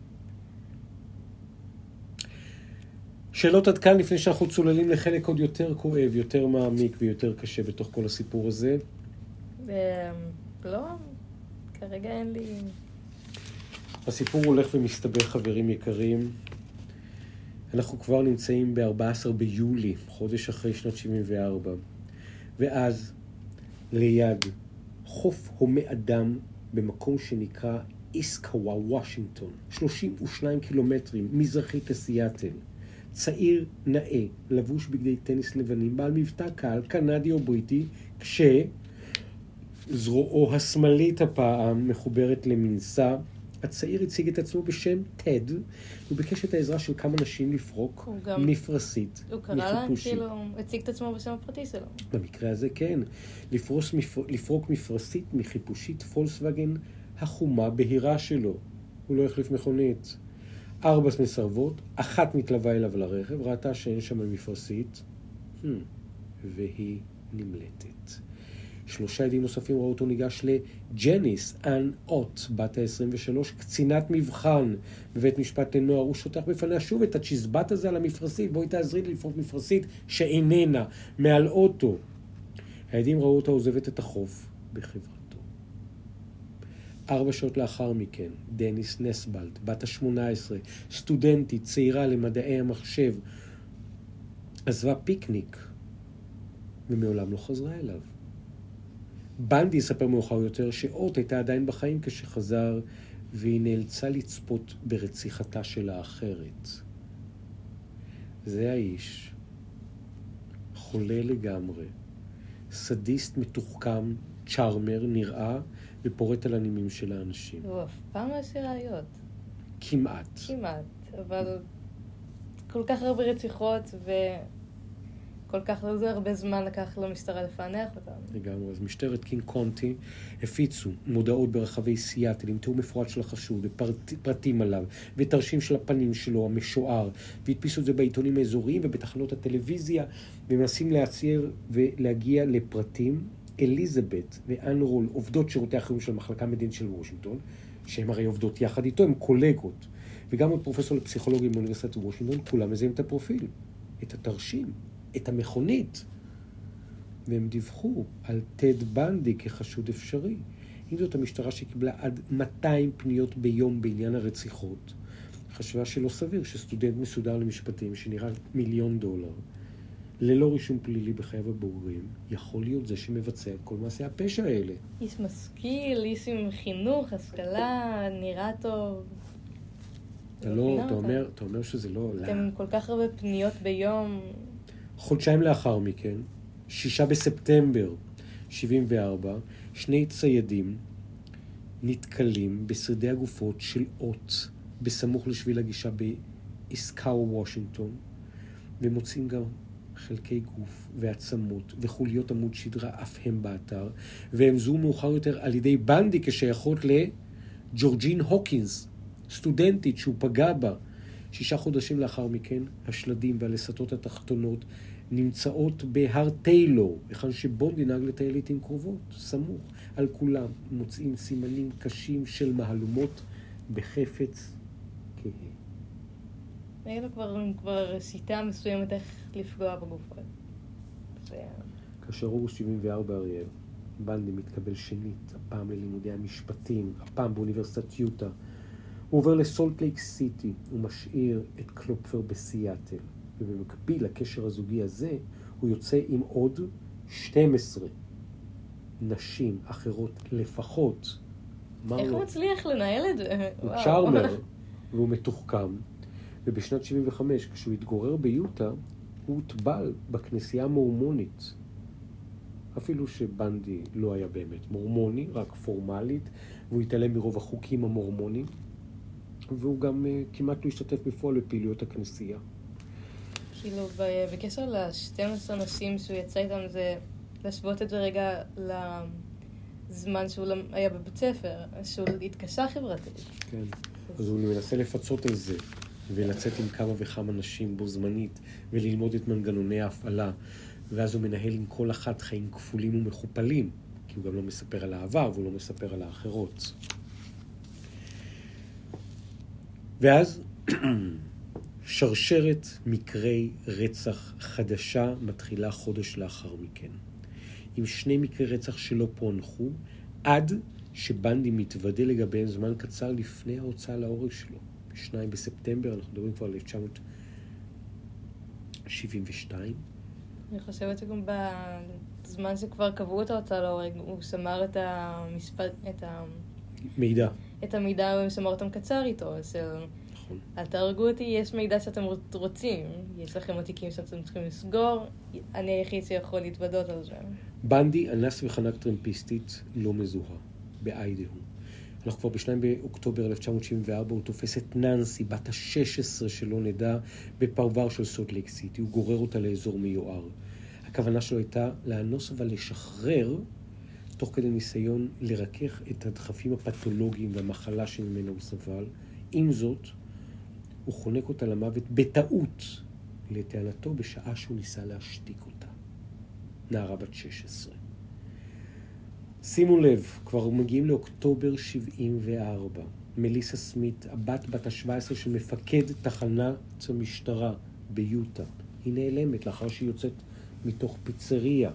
שאלות עד כאן לפני שאנחנו צוללים לחלק עוד יותר כואב, יותר מעמיק ויותר קשה בתוך כל הסיפור הזה. לא, כרגע אין לי... הסיפור הולך ומסתבר, חברים יקרים. אנחנו כבר נמצאים ב-ארבעה עשר ביולי, חודש אחרי שנת שבעים וארבע. ואז ליד חוף הומי אדם במקום שנקרא איסקאווה, וושינגטון, שלושים ושניים קילומטרים מזרחית לסיאטל. צעיר נאה, לבוש בגדי טניס לבנים, בעל מבטא קל, קנדי או בריטי, כשזרועו השמאלית הפעם מחוברת למנסה. הצעיר הציג את עצמו בשם טד, הוא ביקש את העזרה של כמה נשים לפרוק גם... מפרסית, הוא קרא לה, כאילו, הציג את עצמו בשם הפרטי שלו. במקרה הזה כן, לפרוס, מפר... לפרוק מפרסית מחיפושית פולקסווגן החומה בהירה שלו. הוא לא החליף מכונית. ארבע מסרבות, אחת מתלווה אליו לרכב, ראתה שאין שם מפרסית, hmm, והיא נמלטת. שלושה עדים נוספים ראו אותו ניגש לג'ניס אן אוט, בת ה-עשרים ושלוש, קצינת מבחן בבית משפט לנוער. הוא שוטח בפניה שוב את הצ'יזבט הזה על המפרסית, בואי תעזרי לי לפרוק מפרסית שאיננה, מעל אוטו. העדים ראו אותה עוזבת את החוף בחברתו. ארבע שעות לאחר מכן, דניס נסבלט, בת ה-שמונה עשרה, סטודנטית, צעירה למדעי המחשב, עזבה פיקניק ומעולם לא חזרה אליו. בנדי יספר מאוחר יותר שאוט הייתה עדיין בחיים כשחזר, והיא נאלצה לצפות ברציחתה של האחרת. זה האיש, חולה לגמרי, סדיסט מתוחכם, צ'ארמר, נראה, ופורט על הנימים של האנשים. הוא אף פעם לא עושה ראיות. כמעט. כמעט, אבל כל כך הרבה רציחות ו... כל כך לא זה הרבה זמן לקח למשטרה לפענח אותם. לגמרי. אז משטרת קינג קונטי הפיצו מודעות ברחבי סיאטל עם תיאור מפורט של החשוד ופרטים עליו ותרשים של הפנים שלו המשוער, והדפיסו את זה בעיתונים האזוריים ובתחנות הטלוויזיה, ומנסים להציר ולהגיע לפרטים. אליזבת ואן רול, עובדות שירותי החירום של המחלקה המדינית של וושינגטון, שהן הרי עובדות יחד איתו, הן קולגות, וגם עוד פרופסור לפסיכולוגיה באוניברסיטת וושינגטון, כולם מזהים את הפרופיל, את התרשים, את המכונית, והם דיווחו על טד בנדי כחשוד אפשרי. עם זאת, המשטרה שקיבלה עד מאתיים פניות ביום בעניין הרציחות, חשבה שלא סביר שסטודנט מסודר למשפטים שנראה מיליון דולר, ללא רישום פלילי בחייו הבוגרים, יכול להיות זה שמבצע את כל מעשי הפשע האלה. איש משכיל, איש עם חינוך, השכלה, נראה טוב. אתה לא, אתה אומר, אתה אומר שזה לא... אתם עם כל כך הרבה פניות ביום. חודשיים לאחר מכן, שישה בספטמבר שבעים וארבע, שני ציידים נתקלים בשרידי הגופות של אוט בסמוך לשביל הגישה באיסקאווה, וושינגטון, ומוצאים גם חלקי גוף ועצמות וחוליות עמוד שדרה אף הם באתר, והם זוהו מאוחר יותר על ידי בנדי כשייכות לג'ורג'ין הוקינס, סטודנטית שהוא פגע בה. שישה חודשים לאחר מכן, השלדים והלסתות התחתונות נמצאות בהר טיילור, היכן שבונדי נהג לטייל לעתים קרובות, סמוך. על כולם מוצאים סימנים קשים של מהלומות בחפץ כהה. היה לו כבר, כבר שיטה מסוימת איך לפגוע בגופות. זה... כאשר אוגוסט שבעים וארבע אריאל, בנדי מתקבל שנית, הפעם ללימודי המשפטים, הפעם באוניברסיטת יוטה. הוא עובר לסולט לייק סיטי, הוא משאיר את קלופפר בסיאטל, ובמקביל לקשר הזוגי הזה, הוא יוצא עם עוד שתים עשרה נשים אחרות לפחות. איך הוא מצליח לנהל את זה? הוא צ'ארמר, והוא מתוחכם. ובשנת שבעים וחמש, כשהוא התגורר ביוטה, הוא הוטבל בכנסייה המורמונית. אפילו שבנדי לא היה באמת מורמוני, רק פורמלית, והוא התעלם מרוב החוקים המורמונים, והוא גם uh, כמעט לא השתתף בפועל בפעילויות הכנסייה. כאילו, בקשר ל-שתים עשרה נשים שהוא יצא איתם, זה להשוות את זה רגע לזמן שהוא היה בבית ספר, שהוא התקשה חברתית. כן, אז הוא מנסה לפצות על זה, ולצאת עם כמה וכמה נשים בו זמנית, וללמוד את מנגנוני ההפעלה, ואז הוא מנהל עם כל אחת חיים כפולים ומכופלים, כי הוא גם לא מספר על העבר, והוא לא מספר על האחרות. ואז, שרשרת מקרי רצח חדשה מתחילה חודש לאחר מכן, עם שני מקרי רצח שלא פוענחו, עד שבנדי מתוודה לגביהם זמן קצר לפני ההוצאה להורג שלו. בשניים בספטמבר, אנחנו מדברים כבר על אלף תשע מאות שבעים ושתיים. אני חושבת שגם בזמן שכבר קבעו את ההוצאה להורג, הוא שמר את המספר, את המידע. את המידע הוא שמר אותם קצר איתו, אז נכון. אל תהרגו אותי, יש מידע שאתם רוצים, יש לכם התיקים שאתם צריכים לסגור, אני היחיד שיכול להתוודות על זה. בנדי אנס וחנק טרמפיסטית לא מזוהה, באיידהו. אנחנו כבר בשניים באוקטובר אלף תשע מאות שבעים וארבע, הוא תופס את ננסי, בת ה-שש עשרה שלא נדע, בפרבר של סולט לייק סיטי. הוא גורר אותה לאזור מיוער. הכוונה שלו הייתה לאנוס ולשחרר, תוך כדי ניסיון לרכך את הדחפים הפתולוגיים והמחלה שממנה הוא סבל. עם זאת, הוא חונק אותה למוות בטעות, לטענתו בשעה שהוא ניסה להשתיק אותה. נערה בת שש עשרה. שימו לב, כבר מגיעים לאוקטובר שבעים וארבע. מליסה סמית, הבת בת ה-שבע עשרה של מפקד תחנת המשטרה ביוטה. היא נעלמת לאחר שהיא יוצאת מתוך פיצריה.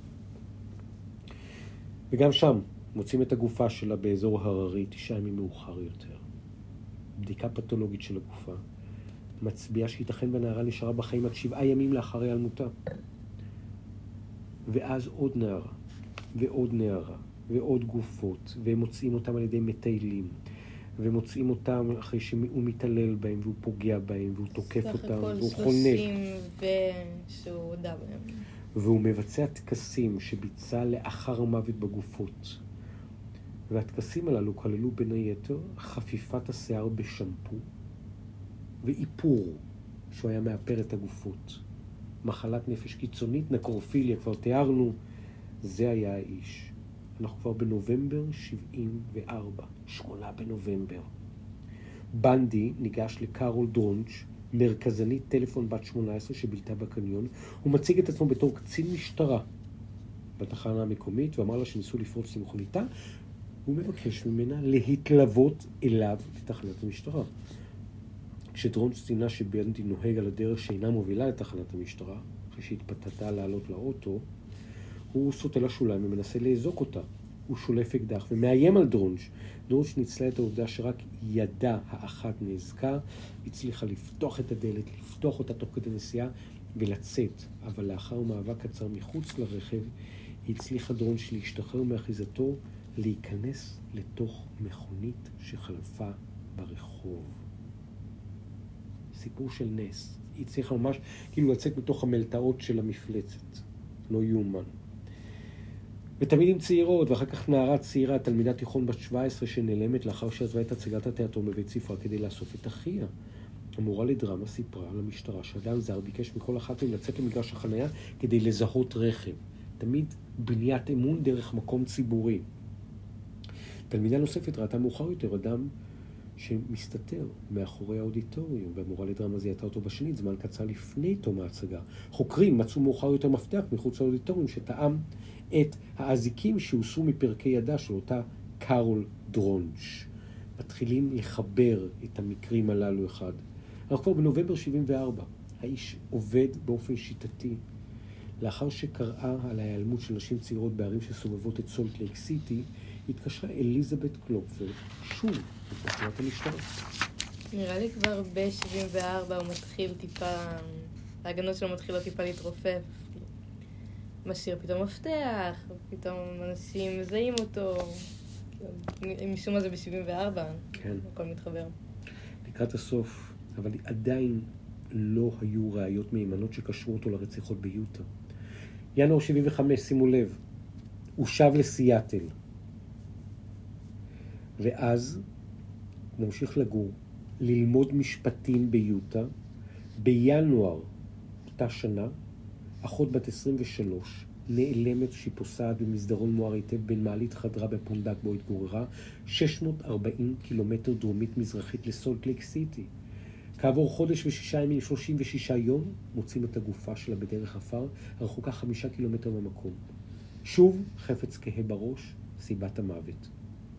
וגם שם מוצאים את הגופה שלה באזור הררי, תשעה ימים מאוחר יותר. בדיקה פתולוגית של הגופה מצביעה שייתכן והנערה נשארה בחיים עד שבעה ימים לאחר היעלמותה. ואז עוד נערה, ועוד נערה, ועוד גופות, והם מוצאים אותם על ידי מטיילים, ומוצאים אותם אחרי שהוא מתעלל בהם, והוא פוגע בהם, והוא תוקף אותם, והוא חונק. סך הכל שלושים ושהוא הודע בהם. והוא מבצע תקסים שביצע לאחר המוות בגופות. והתקסים הללו כללו בין היתר חפיפת השיער בשמפו, ואיפור שהוא היה מאפר את הגופות. מחלת נפש קיצונית, נקרופיליה, כבר תיארנו, זה היה האיש. אנחנו כבר בנובמבר שבעים וארבע, שמונה בנובמבר. בנדי ניגש לקארול דרונץ', מרכזנית טלפון בת שמונה עשרה שבילתה בקניון. הוא מציג את עצמו בתור קצין משטרה בתחנה המקומית, ואמר לה שניסו לפרוץ למכוניתה. הוא מבקש ממנה להתלוות אליו לתחנת המשטרה. כשדרונץ' ציינה שבנדי נוהג על הדרך שאינה מובילה לתחנת המשטרה, אחרי שהתפתתה לעלות לאוטו, הוא סוטה לשוליים ומנסה לאזוק אותה. הוא שולף אקדח ומאיים על דרונץ'. דרונץ' ניצלה את העובדה שרק ידה האחת נאזקה, הצליחה לפתוח את הדלת, לפתוח אותה תוך כדי נסיעה ולצאת. אבל לאחר מאבק קצר מחוץ לרכב, הצליחה דרונץ' להשתחרר מאחיזתו, להיכנס לתוך מכונית שחלפה ברחוב. סיפור של נס. היא צריכה ממש כאילו לצאת מתוך המלטעות של המפלצת. לא יומן. ותלמידים צעירות, ואחר כך נערה צעירה, תלמידת תיכון בת שבע עשרה שנעלמת לאחר שעזבה את הצגת התיאטרון בבית ספרה כדי לאסוף את אחיה. המורה לדרמה סיפרה למשטרה שאדם זר ביקש מכל אחת מהם לצאת למגרש החנייה כדי לזהות רכב. תמיד בניית אמון דרך מקום ציבורי. תלמידה נוספת ראתה מאוחר יותר אדם שמסתתר מאחורי האודיטוריום, והמורה לדרמה זיהתה אותו בשנית זמן קצר לפני תום ההצגה. חוקרים מצאו מאוחר יותר מפתח מחוץ לאודיטוריום שטעם את האזיקים שהוסרו מפרקי ידה של אותה קארול דרונץ'. מתחילים לחבר את המקרים הללו אחד. אנחנו כבר בנובמבר שבעים וארבע. האיש עובד באופן שיטתי. לאחר שקראה על ההיעלמות של נשים צעירות בערים שסובבות את סולט לייק סיטי, התקשרה אליזבת קלופפלד שוב לתחנת המשטרה. נראה לי כבר ב-שבעים וארבע הוא מתחיל טיפה, ההגנות שלו מתחילות טיפה להתרופף. משאיר פתאום מפתח, פתאום אנשים מזהים אותו. משום מה זה ב-שבעים וארבע. כן. הכל מתחבר. לקראת הסוף, אבל עדיין לא היו ראיות מהימנות שקשרו אותו לרציחות ביוטה. ינואר שבעים וחמש, שימו לב, הוא שב לסיאטל. ואז הוא ממשיך לגור, ללמוד משפטים ביוטה. בינואר אותה שנה, אחות בת עשרים ושלוש, נעלמת שהיא פוסעת במסדרון מואר היטב בין מעלית חדרה בפונדק בו התגוררה, שש מאות וארבעים קילומטר דרומית מזרחית לסולט לייק סיטי. כעבור חודש ושישה ימים, שלושים ושישה יום, מוצאים את הגופה שלה בדרך עפר, הרחוקה חמישה קילומטר מהמקום. שוב, חפץ כהה בראש, סיבת המוות.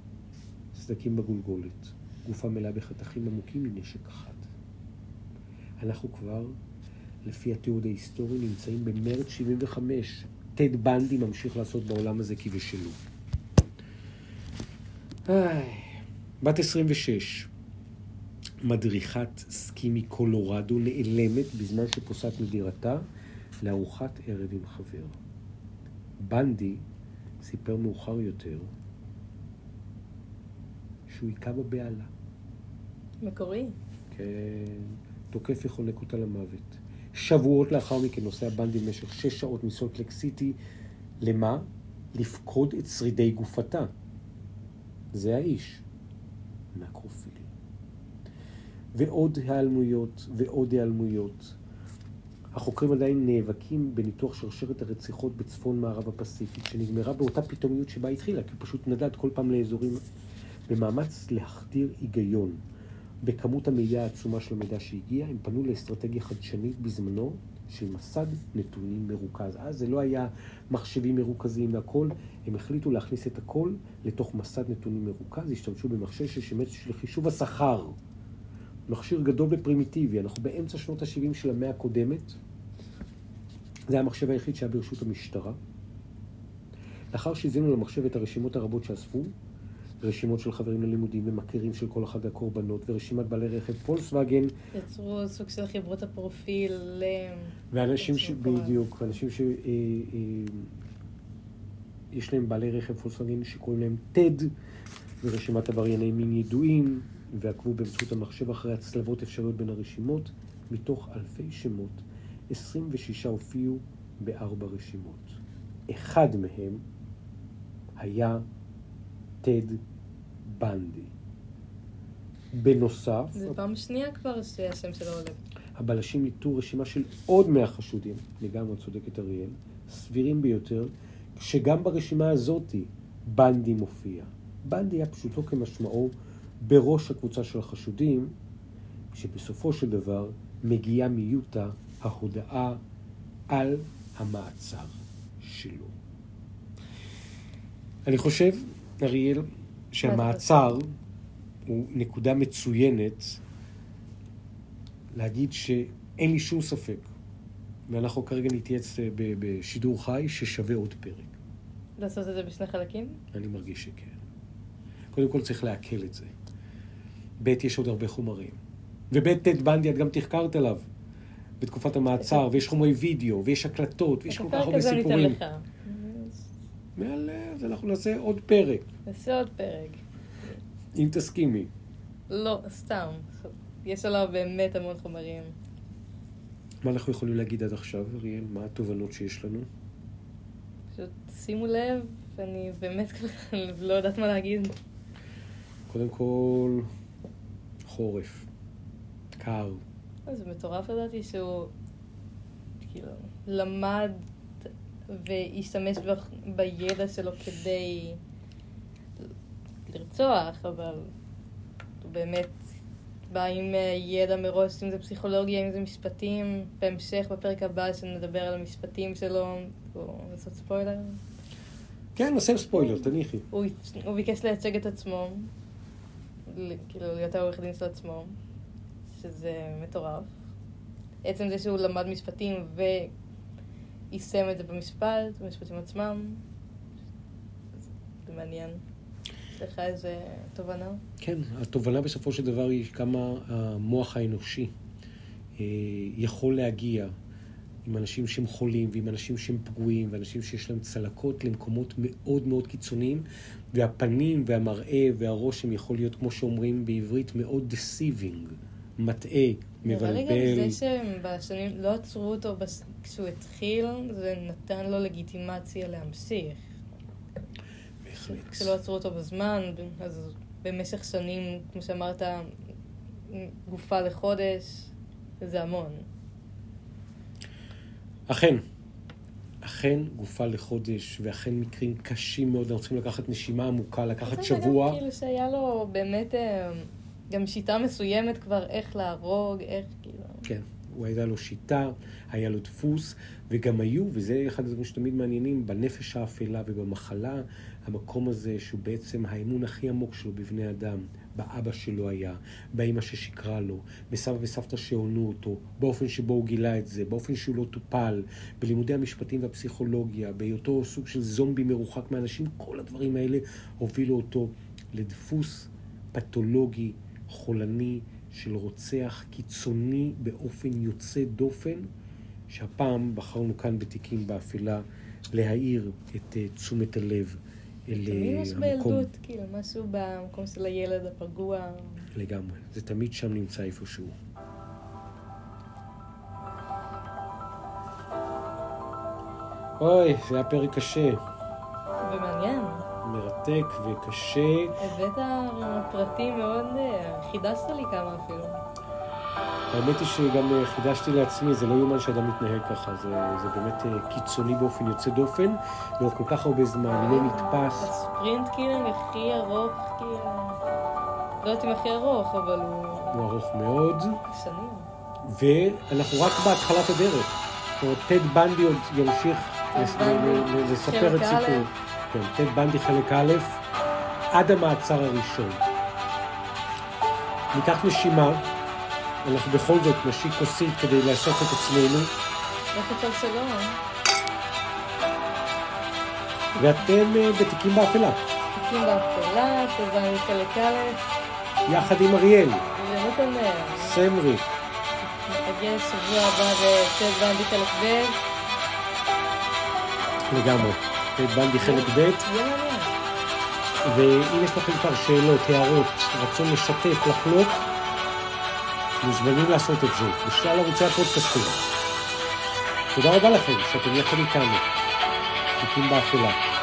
סדקים בגולגולת, גופה מלאה בחתכים עמוקים מנשק אחד. אנחנו כבר, לפי התיעוד ההיסטורי, נמצאים במרץ שבעים וחמש. טד בנדי ממשיך לעשות בעולם הזה כבשלו. בת עשרים ושש, מדריכת סקי מקולורדו, נעלמת בזמן שפוסעת מדירתה לארוחת ערב עם חבר. בנדי סיפר מאוחר יותר שהוא היכה בבעלה. מקורי. כן, תוקף וחונק אותה למוות. שבועות לאחר מכן נוסע בנדי במשך שש שעות מסולט לייק סיטי. למה? לפקוד את שרידי גופתה. זה האיש. נקרופיל. ועוד העלמויות ועוד העלמויות. החוקרים עדיין נאבקים בניתוח שרשרת הרציחות בצפון מערב הפסיפיק, שנגמרה באותה פתאומיות שבה התחילה, כי הוא פשוט נדד כל פעם לאזורים במאמץ להחדיר היגיון. בכמות המידע העצומה של המידע שהגיע, הם פנו לאסטרטגיה חדשנית בזמנו של מסד נתונים מרוכז. אז זה לא היה מחשבים מרוכזים והכל, הם החליטו להכניס את הכל לתוך מסד נתונים מרוכז, השתמשו במחשב ששימש לחישוב השכר. מכשיר גדול ופרימיטיבי, אנחנו באמצע שנות ה-שבעים של המאה הקודמת. זה המחשב היחיד שהיה ברשות המשטרה. לאחר שהזינו למחשב את הרשימות הרבות שאספו, רשימות של חברים ללימודים ומכירים של כל אחד הקורבנות, ורשימת בעלי רכב פולקסווגן. יצרו סוג של חברות הפרופיל ל... ואנשים ש... בדיוק, ואנשים ש... יש להם בעלי רכב פולקסווגן שקוראים להם טד, ורשימת עברייני מין ידועים, ועקבו באמצעות המחשב אחרי הצלבות אפשריות בין הרשימות. מתוך אלפי שמות, עשרים ושש הופיעו בארבע רשימות. אחד מהם היה טד בנדי. בנוסף... זה פעם שנייה כבר שהשם שלו עולה. הבלשים ניתנו רשימה של עוד מאה חשודים, לגמרי צודקת אריאל, סבירים ביותר, שגם ברשימה הזאת בנדי מופיע. בנדי היה פשוטו כמשמעו בראש הקבוצה של החשודים, שבסופו של דבר מגיעה מיוטה ההודעה על המעצר שלו. אני חושב, אריאל, שהמעצר הוא נקודה מצוינת להגיד שאין לי שום ספק, ואנחנו כרגע נתייעץ בשידור חי ששווה עוד פרק. לעשות את זה בשני חלקים? אני מרגיש שכן. קודם כל צריך להקל את זה. ב' יש עוד הרבה חומרים. וב' טד בנדי את גם תחקרת עליו בתקופת המעצר, ויש חומרי וידאו, ויש הקלטות, ויש כל כך הרבה סיפורים. מעל זה אנחנו נעשה עוד פרק. נעשה עוד פרק. אם תסכימי. לא, סתם. יש עליו באמת המון חומרים. מה אנחנו יכולים להגיד עד עכשיו, אריאל? מה התובנות שיש לנו? פשוט שימו לב, אני באמת לא יודעת מה להגיד. קודם כל, חורף. קר. זה מטורף לדעתי שהוא כאילו למד והשתמש ב- בידע שלו כדי לרצוח, אבל הוא באמת בא עם ידע מראש, אם זה פסיכולוגיה, אם זה משפטים. בהמשך, בפרק הבא, שנדבר על המשפטים שלו, או לעשות ספוילר. כן, נעשה ספוילר, תניחי. הוא, הוא ביקש לייצג את עצמו, כאילו להיות העורך דין של עצמו, שזה מטורף. עצם זה שהוא למד משפטים ויישם את זה במשפט, במשפטים עצמם, זה מעניין. יש לך איזה תובנה? כן, התובנה בסופו של דבר היא כמה המוח האנושי יכול להגיע עם אנשים שהם חולים ועם אנשים שהם פגועים ואנשים שיש להם צלקות למקומות מאוד מאוד קיצוניים, והפנים והמראה והרושם יכול להיות, כמו שאומרים בעברית, מאוד deceiving, מטעה, מבלבל. נראה לי גם זה שהם בשנים לא עצרו אותו כשהוא התחיל, זה נתן לו לגיטימציה להמשיך. בהחלט. כשלא עצרו אותו בזמן, אז במשך שנים, כמו שאמרת, גופה לחודש, זה המון. אכן, אכן גופה לחודש, ואכן מקרים קשים מאוד, אנחנו צריכים לקחת נשימה עמוקה, לקחת שבוע. כאילו שהיה לו באמת גם שיטה מסוימת כבר איך להרוג, איך כאילו... כן, הוא היה לו שיטה, היה לו דפוס, וגם היו, וזה אחד הדברים שתמיד מעניינים, בנפש האפלה ובמחלה, המקום הזה שהוא בעצם האמון הכי עמוק שלו בבני אדם, באבא שלו היה, באמא ששיקרה לו, בסבא וסבתא שעונו אותו, באופן שבו הוא גילה את זה, באופן שהוא לא טופל, בלימודי המשפטים והפסיכולוגיה, בהיותו סוג של זומבי מרוחק מאנשים, כל הדברים האלה הובילו אותו לדפוס פתולוגי, חולני, של רוצח קיצוני באופן יוצא דופן, שהפעם בחרנו כאן בתיקים באפלה להאיר את uh, תשומת הלב אל המקום. תמיד משהו בילדות, כאילו, משהו במקום של הילד הפגוע. לגמרי, זה תמיד שם נמצא איפשהו. אוי, זה היה פרק קשה. ומעניין. מרתק וקשה. הבאת פרטים מאוד, חידשת לי כמה אפילו. האמת היא שגם חידשתי לעצמי, זה לא יומן שאדם מתנהג ככה, זה, זה באמת קיצוני באופן יוצא דופן, לאורך כל כך הרבה זמן, לא נתפס. הספרינט כאילו הכי ארוך, כאילו, לא יודעת אם הכי ארוך, אבל הוא... הוא ארוך מאוד. שנים. ואנחנו רק בהתחלת הדרך. זאת אומרת, טד בנדי עוד ימשיך לספר את סיפור. כן, טד בנדי חלק א', עד המעצר הראשון. ניקח נשימה, אנחנו בכל זאת נשיק כוסית כדי לאסוף את עצמנו. איך אפשר שלא? ואתם בתיקים באפלה. תיקים באפלה, טד בנדי חלק א'. יחד עם אריאל. ונתנאל. סמריק. נפגש שבוע הבא בטד בנדי חלק ב'. לגמרי. טד בנדי חלק ב'. ואם יש לכם כבר שאלות, הערות, רצון לשתף, לחלוק, מוזמנים לעשות את זה בשלל ערוצי הפודקאסטים. תודה רבה לכם שאתם יחד איתנו. תיקים באפלה.